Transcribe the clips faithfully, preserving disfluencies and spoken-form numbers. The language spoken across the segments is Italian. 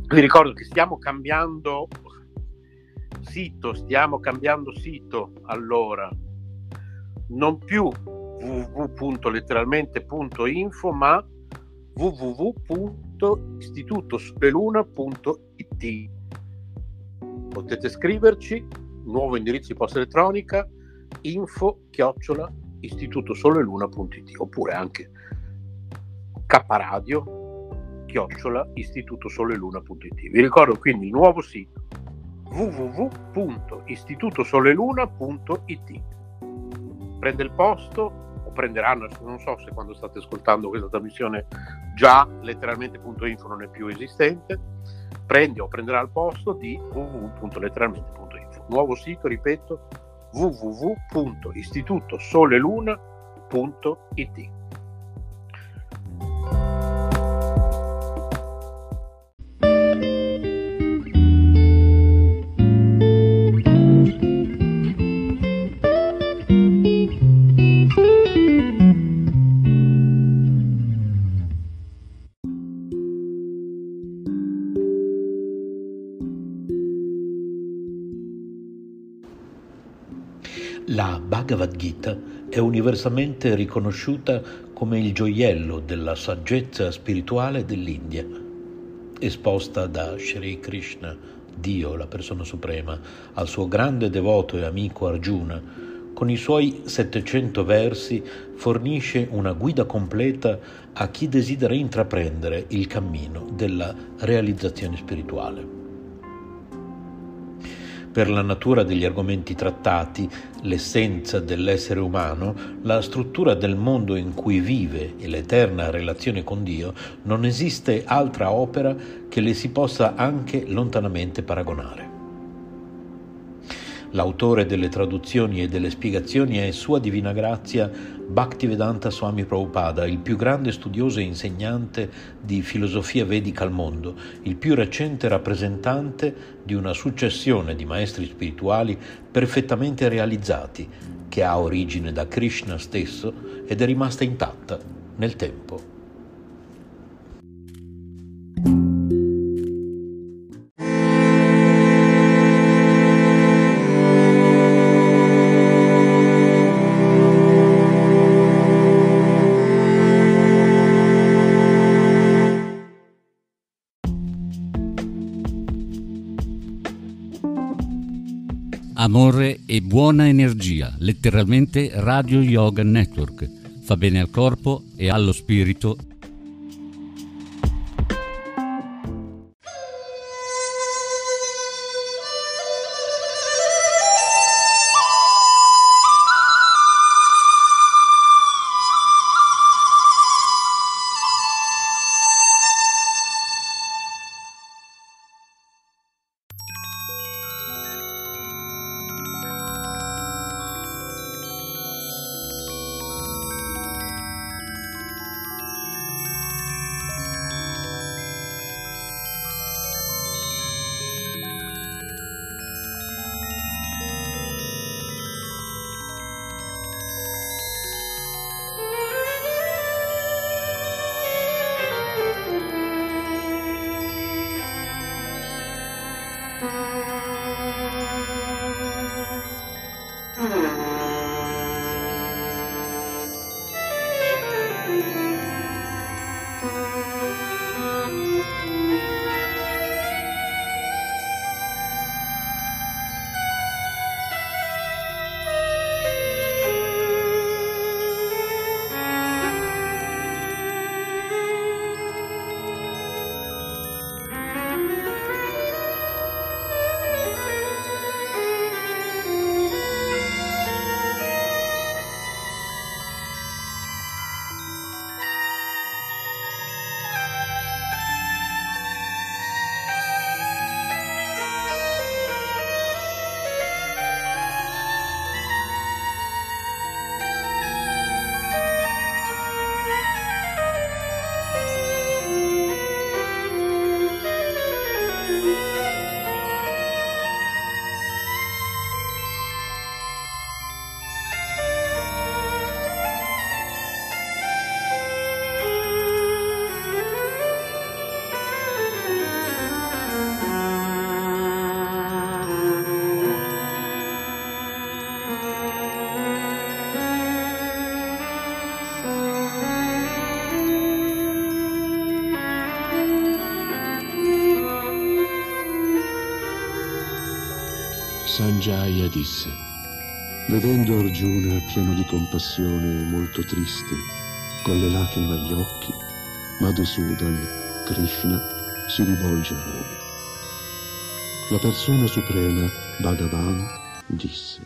Vi ricordo che stiamo cambiando sito, stiamo cambiando sito, allora non più w w w punto letteralmente punto info, ma w w w punto istituto sole luna punto i t. Potete scriverci, nuovo indirizzo di posta elettronica, info chiocciola istituto sole luna punto i t, oppure anche kradio chiocciola istituto sole luna punto i t. Vi ricordo quindi il nuovo sito w w w punto istituto sole luna punto i t. Prende il posto, o prenderanno, non so se quando state ascoltando questa trasmissione già letteralmente punto info non è più esistente, prende o prenderà il posto di w w w punto letteralmente punto info. Nuovo sito, ripeto, w w w punto istituto sole luna punto i t. La Bhagavad Gita è universalmente riconosciuta come il gioiello della saggezza spirituale dell'India. Esposta da Shri Krishna, Dio, la persona suprema, al suo grande devoto e amico Arjuna, con i suoi settecento versi fornisce una guida completa a chi desidera intraprendere il cammino della realizzazione spirituale. Per la natura degli argomenti trattati, l'essenza dell'essere umano, la struttura del mondo in cui vive e l'eterna relazione con Dio, non esiste altra opera che le si possa anche lontanamente paragonare. L'autore delle traduzioni e delle spiegazioni è Sua Divina Grazia Bhaktivedanta Swami Prabhupada, il più grande studioso e insegnante di filosofia vedica al mondo, il più recente rappresentante di una successione di maestri spirituali perfettamente realizzati, che ha origine da Krishna stesso ed è rimasta intatta nel tempo. Amore e buona energia, letteralmente Radio Yoga Network. Fa bene al corpo e allo spirito. Sanjaya disse: vedendo Arjuna pieno di compassione e molto triste, con le lacrime agli occhi, Madhusudan, Krishna, si rivolge a lui. La persona suprema, Bhagavan, disse: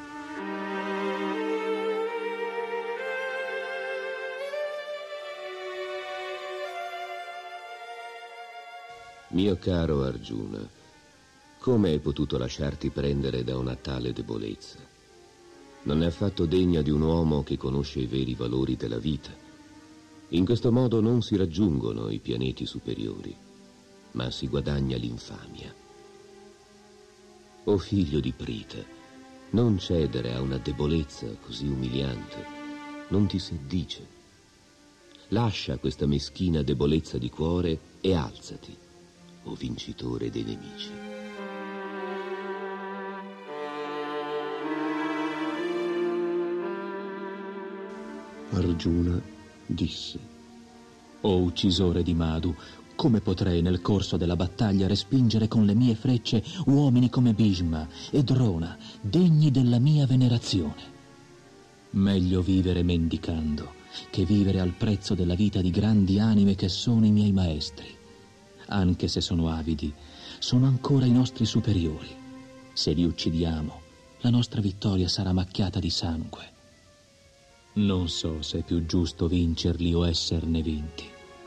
mio caro Arjuna, come hai potuto lasciarti prendere da una tale debolezza? Non è affatto degna di un uomo che conosce i veri valori della vita. In questo modo non si raggiungono i pianeti superiori, ma si guadagna l'infamia. O figlio di Prita, non cedere a una debolezza così umiliante, non ti seddice. Lascia questa meschina debolezza di cuore e alzati, o vincitore dei nemici. Arjuna disse: o uccisore di Madhu, come potrei nel corso della battaglia respingere con le mie frecce uomini come Bhishma e Drona, degni della mia venerazione? Meglio vivere mendicando che vivere al prezzo della vita di grandi anime che sono i miei maestri. Anche se sono avidi, sono ancora i nostri superiori. Se li uccidiamo, la nostra vittoria sarà macchiata di sangue. Non so se è più giusto vincerli o esserne vinti.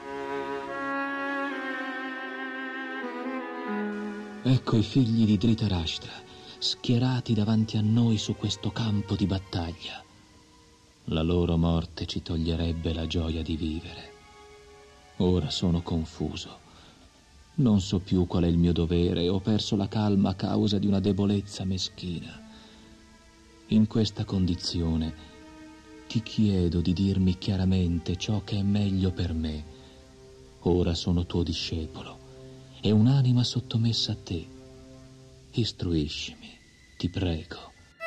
Ecco i figli di Dhritarashtra, schierati davanti a noi su questo campo di battaglia. La loro morte ci toglierebbe la gioia di vivere. Ora sono confuso. Non so più qual è il mio dovere e ho perso la calma a causa di una debolezza meschina. In questa condizione ti chiedo di dirmi chiaramente ciò che è meglio per me. Ora sono tuo discepolo e un'anima sottomessa a te. Istruiscimi, ti prego.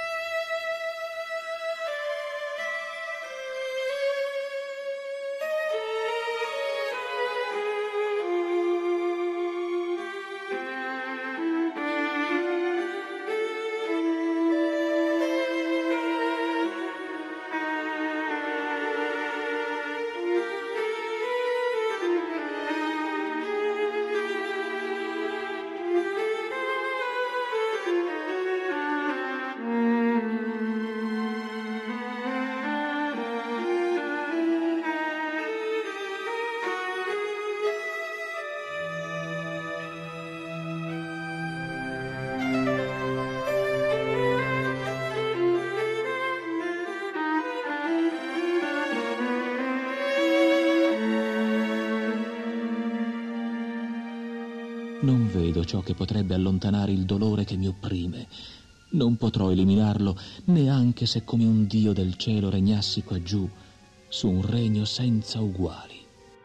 Non vedo ciò che potrebbe allontanare il dolore che mi opprime. Non potrò eliminarlo neanche se come un dio del cielo regnassi qua giù, su un regno senza uguali.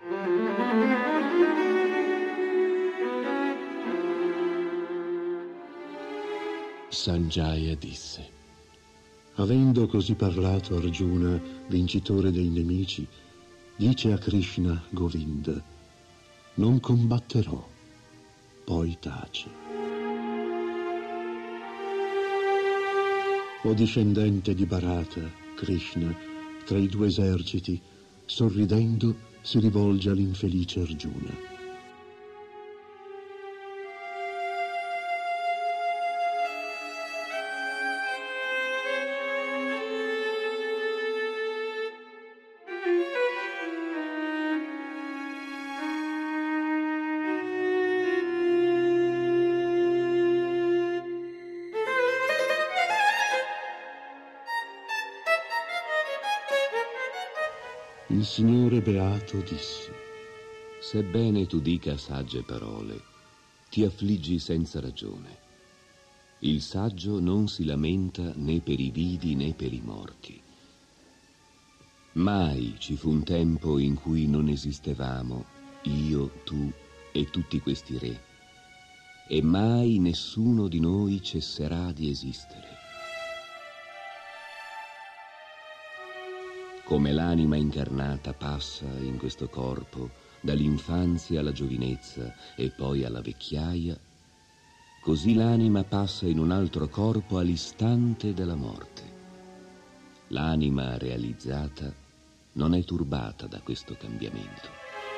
Sanjaya disse: avendo così parlato Arjuna, vincitore dei nemici, dice a Krishna Govinda: non combatterò. Poi tace. O discendente di Bharata, Krishna, tra i due eserciti, sorridendo, si rivolge all'infelice Arjuna. Il Signore Beato disse: sebbene tu dica sagge parole, ti affliggi senza ragione. Il saggio non si lamenta né per i vivi né per i morti. Mai ci fu un tempo in cui non esistevamo, io, tu e tutti questi re, e mai nessuno di noi cesserà di esistere. Come l'anima incarnata passa in questo corpo dall'infanzia alla giovinezza e poi alla vecchiaia, Così l'anima passa in un altro corpo all'istante della morte. L'anima realizzata non è turbata da questo cambiamento.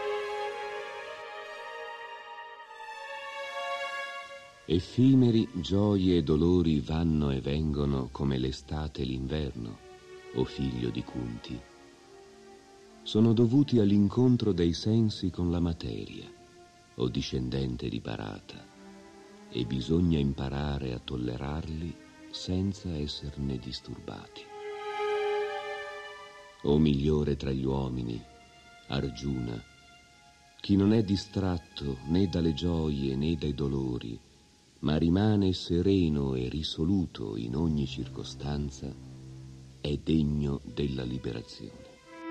Effimeri gioie e dolori vanno e vengono come l'estate e l'inverno, o figlio di Kunti. Sono dovuti all'incontro dei sensi con la materia, o discendente di Bharata, e bisogna imparare a tollerarli senza esserne disturbati. O migliore tra gli uomini, Arjuna, chi non è distratto né dalle gioie né dai dolori, ma rimane sereno e risoluto in ogni circostanza, è degno della liberazione.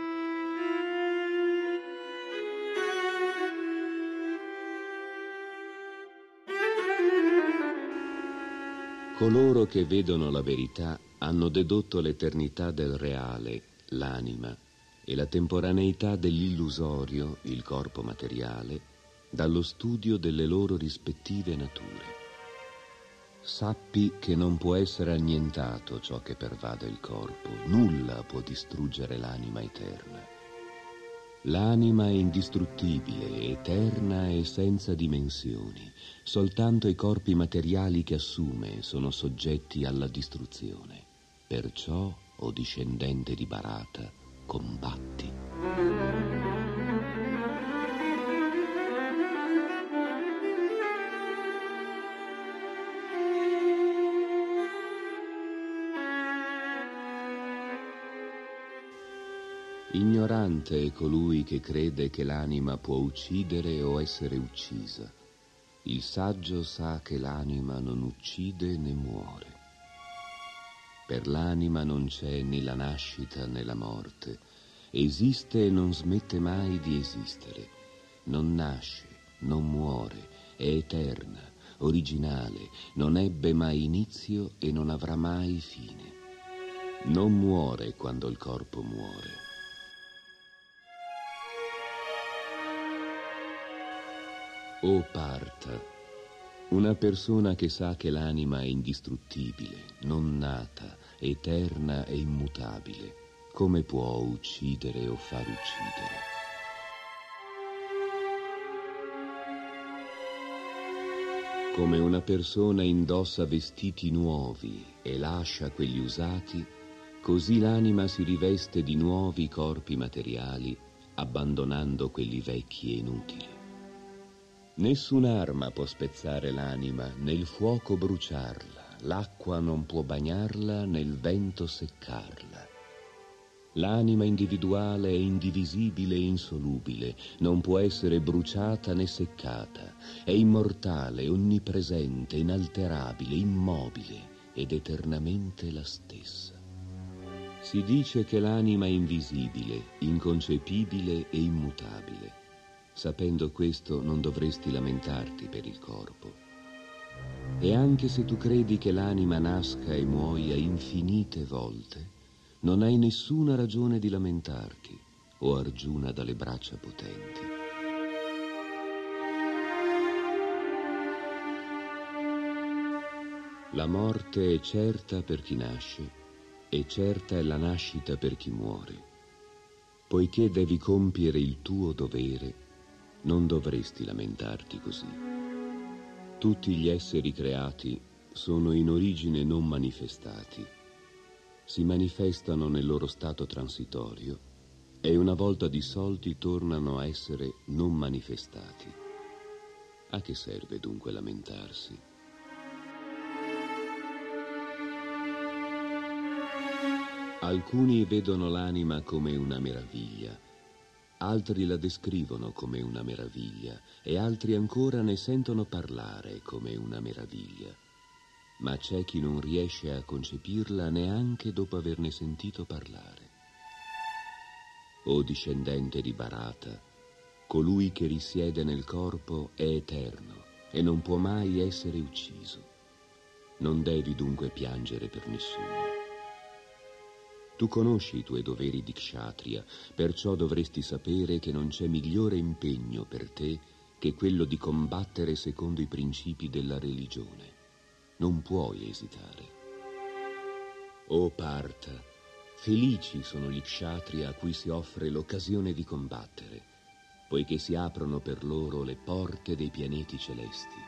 Coloro che vedono la verità hanno dedotto l'eternità del reale, l'anima, e la temporaneità dell'illusorio, il corpo materiale, dallo studio delle loro rispettive nature. Sappi che non può essere annientato ciò che pervade il corpo, nulla può distruggere l'anima eterna. L'anima è indistruttibile, eterna e senza dimensioni. Soltanto i corpi materiali che assume sono soggetti alla distruzione. Perciò, o discendente di Bharata, combatti. Ignorante è colui che crede che l'anima può uccidere o essere uccisa. Il saggio sa che l'anima non uccide né muore. Per l'anima non c'è né la nascita né la morte. Esiste e non smette mai di esistere. Non nasce, non muore, è eterna, originale, non ebbe mai inizio e non avrà mai fine. Non muore quando il corpo muore. O Partha, una persona che sa che l'anima è indistruttibile, non nata, eterna e immutabile, come può uccidere o far uccidere? Come una persona indossa vestiti nuovi e lascia quelli usati, così l'anima si riveste di nuovi corpi materiali, abbandonando quelli vecchi e inutili. Nessun'arma può spezzare l'anima, né il fuoco bruciarla, l'acqua non può bagnarla, né il vento seccarla. L'anima individuale è indivisibile e insolubile, non può essere bruciata né seccata, è immortale, onnipresente, inalterabile, immobile ed eternamente la stessa. Si dice che l'anima è invisibile, inconcepibile e immutabile. Sapendo questo non dovresti lamentarti per il corpo. E anche se tu credi che l'anima nasca e muoia infinite volte, non hai nessuna ragione di lamentarti, o Arjuna dalle braccia potenti. La morte è certa per chi nasce, e certa è la nascita per chi muore. Poiché devi compiere il tuo dovere, non dovresti lamentarti così. Tutti gli esseri creati sono in origine non manifestati. Si manifestano nel loro stato transitorio e una volta dissolti tornano a essere non manifestati. A che serve dunque lamentarsi? Alcuni vedono l'anima come una meraviglia, altri la descrivono come una meraviglia e altri ancora ne sentono parlare come una meraviglia. Ma c'è chi non riesce a concepirla neanche dopo averne sentito parlare. O discendente di Bharata, colui che risiede nel corpo è eterno e non può mai essere ucciso. Non devi dunque piangere per nessuno. Tu conosci i tuoi doveri di kshatriya, perciò dovresti sapere che non c'è migliore impegno per te che quello di combattere secondo i principi della religione. Non puoi esitare. O Partha, felici sono gli kshatriya a cui si offre l'occasione di combattere, poiché si aprono per loro le porte dei pianeti celesti.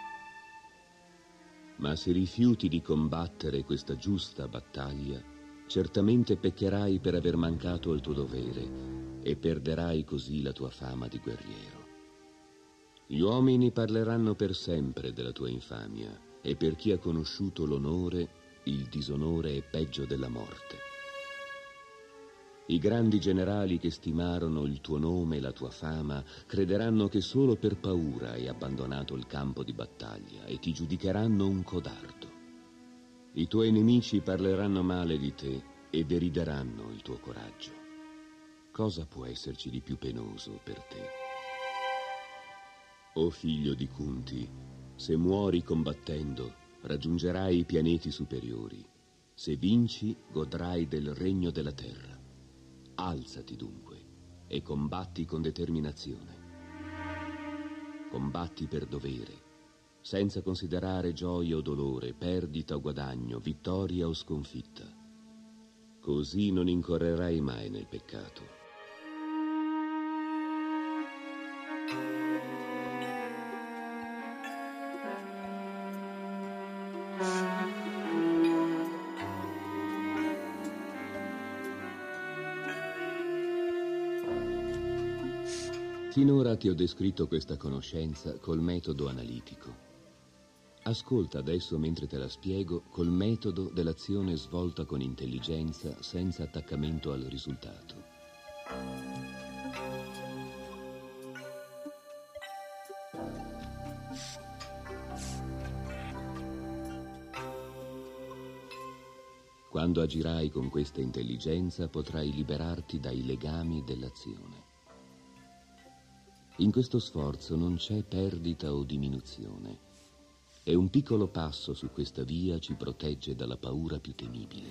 Ma se rifiuti di combattere questa giusta battaglia, certamente peccherai per aver mancato al tuo dovere e perderai così la tua fama di guerriero. Gli uomini parleranno per sempre della tua infamia, e per chi ha conosciuto l'onore, il disonore è peggio della morte. I grandi generali che stimarono il tuo nome e la tua fama crederanno che solo per paura hai abbandonato il campo di battaglia e ti giudicheranno un codardo. I tuoi nemici parleranno male di te e derideranno il tuo coraggio. Cosa può esserci di più penoso per te? O figlio di Kunti, se muori combattendo, raggiungerai i pianeti superiori. Se vinci, godrai del regno della terra. Alzati dunque e combatti con determinazione. Combatti per dovere, senza considerare gioia o dolore, perdita o guadagno, vittoria o sconfitta. Così non incorrerai mai nel peccato. Finora ti ho descritto questa conoscenza col metodo analitico. Ascolta adesso, mentre te la spiego, col metodo dell'azione svolta con intelligenza senza attaccamento al risultato. Quando agirai con questa intelligenza potrai liberarti dai legami dell'azione. In questo sforzo non c'è perdita o diminuzione, e un piccolo passo su questa via ci protegge dalla paura più temibile.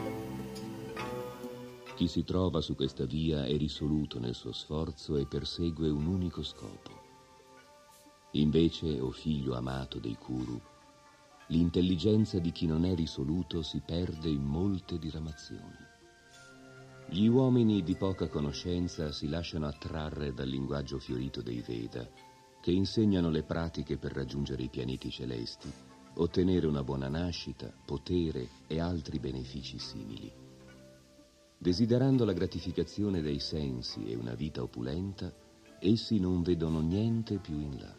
Chi si trova su questa via è risoluto nel suo sforzo e persegue un unico scopo. Invece, o figlio amato dei Kuru, l'intelligenza di chi non è risoluto si perde in molte diramazioni. Gli uomini di poca conoscenza si lasciano attrarre dal linguaggio fiorito dei Veda, che insegnano le pratiche per raggiungere i pianeti celesti, ottenere una buona nascita, potere e altri benefici simili. Desiderando la gratificazione dei sensi e una vita opulenta, essi non vedono niente più in là.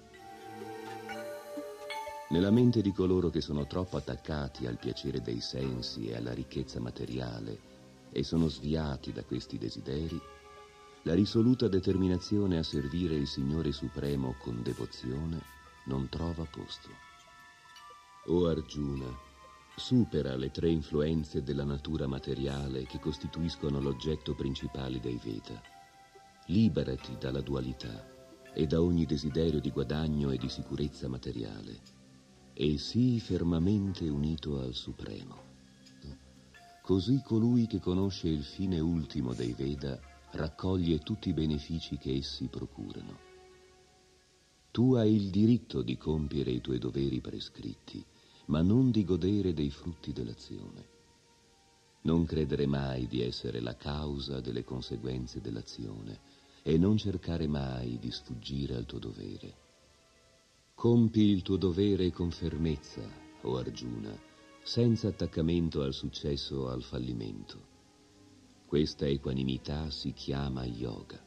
Nella mente di coloro che sono troppo attaccati al piacere dei sensi e alla ricchezza materiale e sono sviati da questi desideri, la risoluta determinazione a servire il Signore Supremo con devozione non trova posto. O Arjuna, supera le tre influenze della natura materiale che costituiscono l'oggetto principale dei Veda. Liberati dalla dualità e da ogni desiderio di guadagno e di sicurezza materiale, e sii fermamente unito al Supremo. Così colui che conosce il fine ultimo dei Veda raccoglie tutti i benefici che essi procurano. Tu hai il diritto di compiere i tuoi doveri prescritti, ma non di godere dei frutti dell'azione. Non credere mai di essere la causa delle conseguenze dell'azione e non cercare mai di sfuggire al tuo dovere. Compi il tuo dovere con fermezza, o Arjuna, senza attaccamento al successo o al fallimento. Questa equanimità si chiama yoga.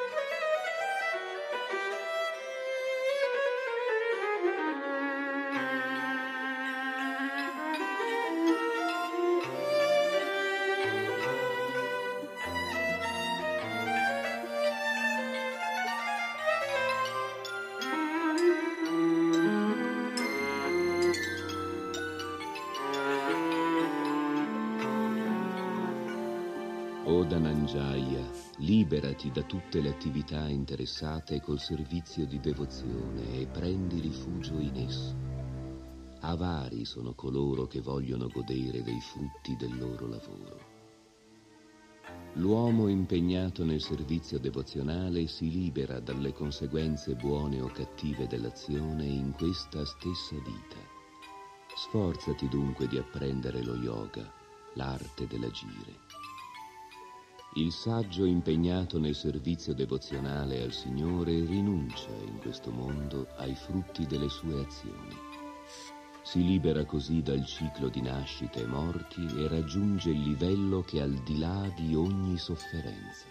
O Dhananjaya, liberati da tutte le attività interessate col servizio di devozione e prendi rifugio in esso. Avari sono coloro che vogliono godere dei frutti del loro lavoro. L'uomo impegnato nel servizio devozionale si libera dalle conseguenze buone o cattive dell'azione in questa stessa vita. Sforzati dunque di apprendere lo yoga, l'arte dell'agire. Il saggio impegnato nel servizio devozionale al Signore rinuncia in questo mondo ai frutti delle sue azioni. Si libera così dal ciclo di nascite e morti e raggiunge il livello che è al di là di ogni sofferenza.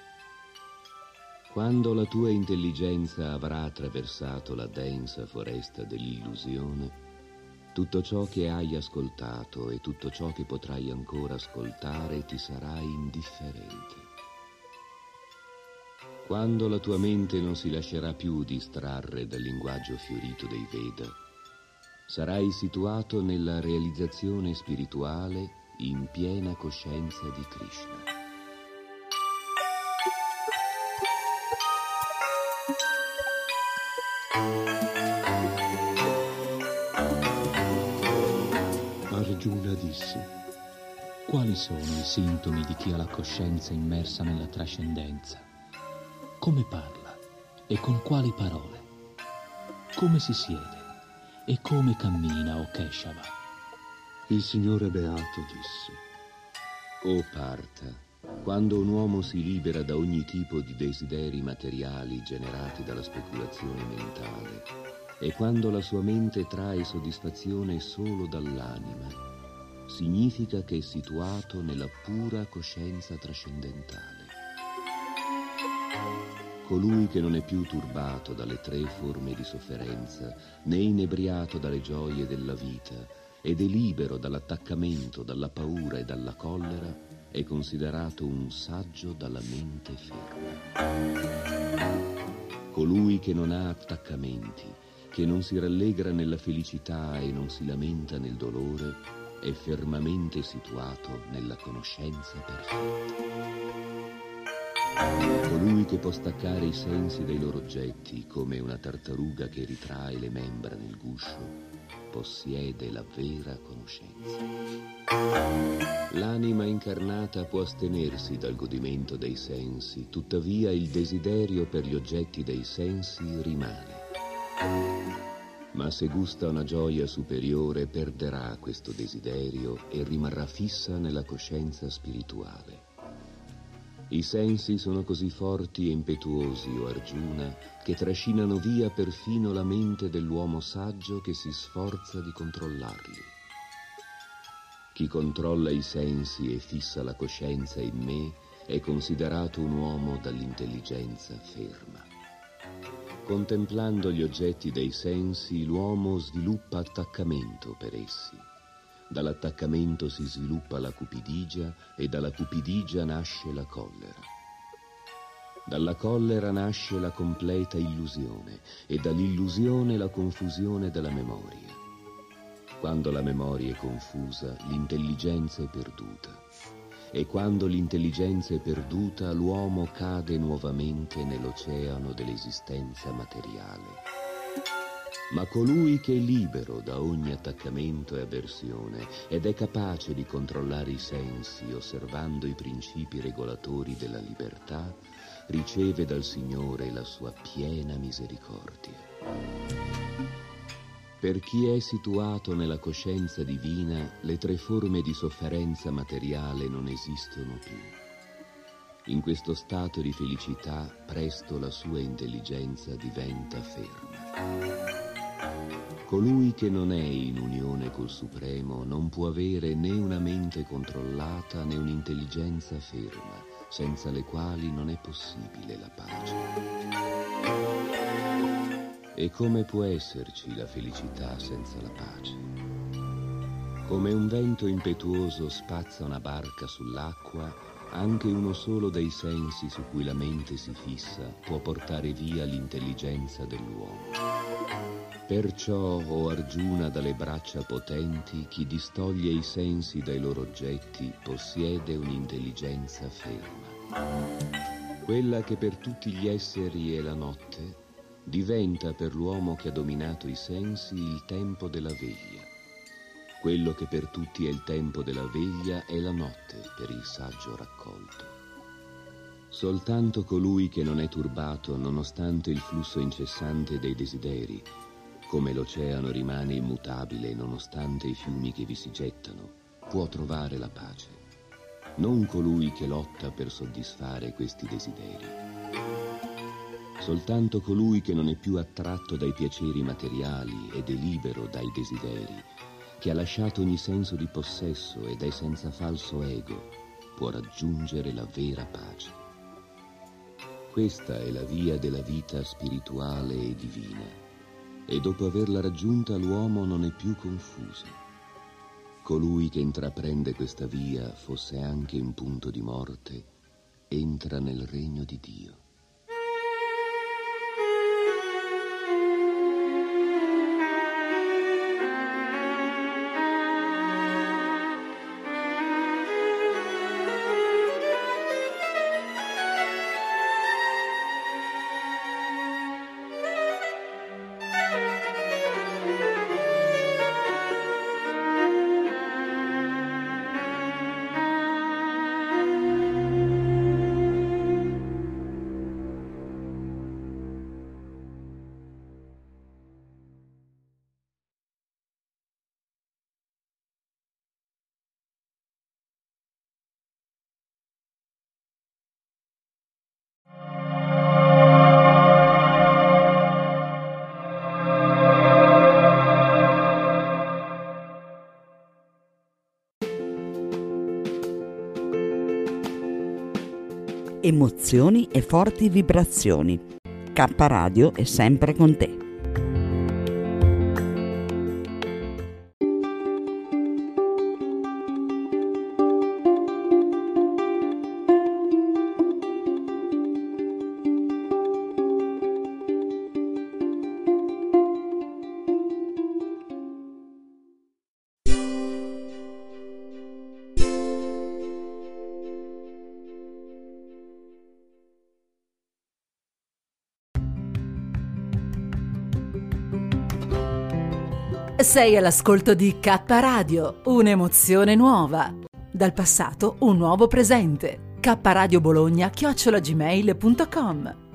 Quando la tua intelligenza avrà attraversato la densa foresta dell'illusione, tutto ciò che hai ascoltato e tutto ciò che potrai ancora ascoltare ti sarà indifferente. Quando la tua mente non si lascerà più distrarre dal linguaggio fiorito dei Veda, sarai situato nella realizzazione spirituale in piena coscienza di Krishna. Arjuna disse: Quali sono i sintomi di chi ha la coscienza immersa nella trascendenza? Come parla e con quali parole? Come si siede e come cammina, o Keshava? Il Signore Beato disse: O Partha, quando un uomo si libera da ogni tipo di desideri materiali generati dalla speculazione mentale e quando la sua mente trae soddisfazione solo dall'anima, significa che è situato nella pura coscienza trascendentale. Colui che non è più turbato dalle tre forme di sofferenza, né inebriato dalle gioie della vita, ed è libero dall'attaccamento, dalla paura e dalla collera, è considerato un saggio dalla mente ferma. Colui che non ha attaccamenti, che non si rallegra nella felicità e non si lamenta nel dolore, è fermamente situato nella conoscenza perfetta. Colui che può staccare i sensi dai loro oggetti come una tartaruga che ritrae le membra nel guscio, possiede la vera conoscenza. L'anima incarnata può astenersi dal godimento dei sensi, tuttavia il desiderio per gli oggetti dei sensi rimane. Ma se gusta una gioia superiore, perderà questo desiderio e rimarrà fissa nella coscienza spirituale. I sensi sono così forti e impetuosi, o Arjuna, che trascinano via perfino la mente dell'uomo saggio che si sforza di controllarli. Chi controlla i sensi e fissa la coscienza in me è considerato un uomo dall'intelligenza ferma. Contemplando gli oggetti dei sensi, l'uomo sviluppa attaccamento per essi. Dall'attaccamento si sviluppa la cupidigia e dalla cupidigia nasce la collera. Dalla collera nasce la completa illusione e dall'illusione la confusione della memoria. Quando la memoria è confusa, l'intelligenza è perduta. E quando l'intelligenza è perduta, l'uomo cade nuovamente nell'oceano dell'esistenza materiale. Ma colui che è libero da ogni attaccamento e avversione ed è capace di controllare i sensi osservando i principi regolatori della libertà, riceve dal Signore la sua piena misericordia. Per chi è situato nella coscienza divina, le tre forme di sofferenza materiale non esistono più. In questo stato di felicità, presto la sua intelligenza diventa ferma. Colui che non è in unione col Supremo non può avere né una mente controllata né un'intelligenza ferma, senza le quali non è possibile la pace. E come può esserci la felicità senza la pace? Come un vento impetuoso spazza una barca sull'acqua, anche uno solo dei sensi su cui la mente si fissa può portare via l'intelligenza dell'uomo. Perciò, o Arjuna, dalle braccia potenti, chi distoglie i sensi dai loro oggetti possiede un'intelligenza ferma. Quella che per tutti gli esseri è la notte, diventa per l'uomo che ha dominato i sensi il tempo della veglia. Quello che per tutti è il tempo della veglia è la notte per il saggio raccolto. Soltanto colui che non è turbato nonostante il flusso incessante dei desideri, come l'oceano rimane immutabile nonostante i fiumi che vi si gettano, può trovare la pace. Non colui che lotta per soddisfare questi desideri. Soltanto colui che non è più attratto dai piaceri materiali ed è libero dai desideri, che ha lasciato ogni senso di possesso ed è senza falso ego, può raggiungere la vera pace. Questa è la via della vita spirituale e divina, e dopo averla raggiunta l'uomo non è più confuso. Colui che intraprende questa via, fosse anche in punto di morte, entra nel regno di Dio. Emozioni e forti vibrazioni. K Radio è sempre con te. Sei all'ascolto di K Radio, un'emozione nuova. Dal passato un nuovo presente. K Radio Bologna chiocciola gmail punto com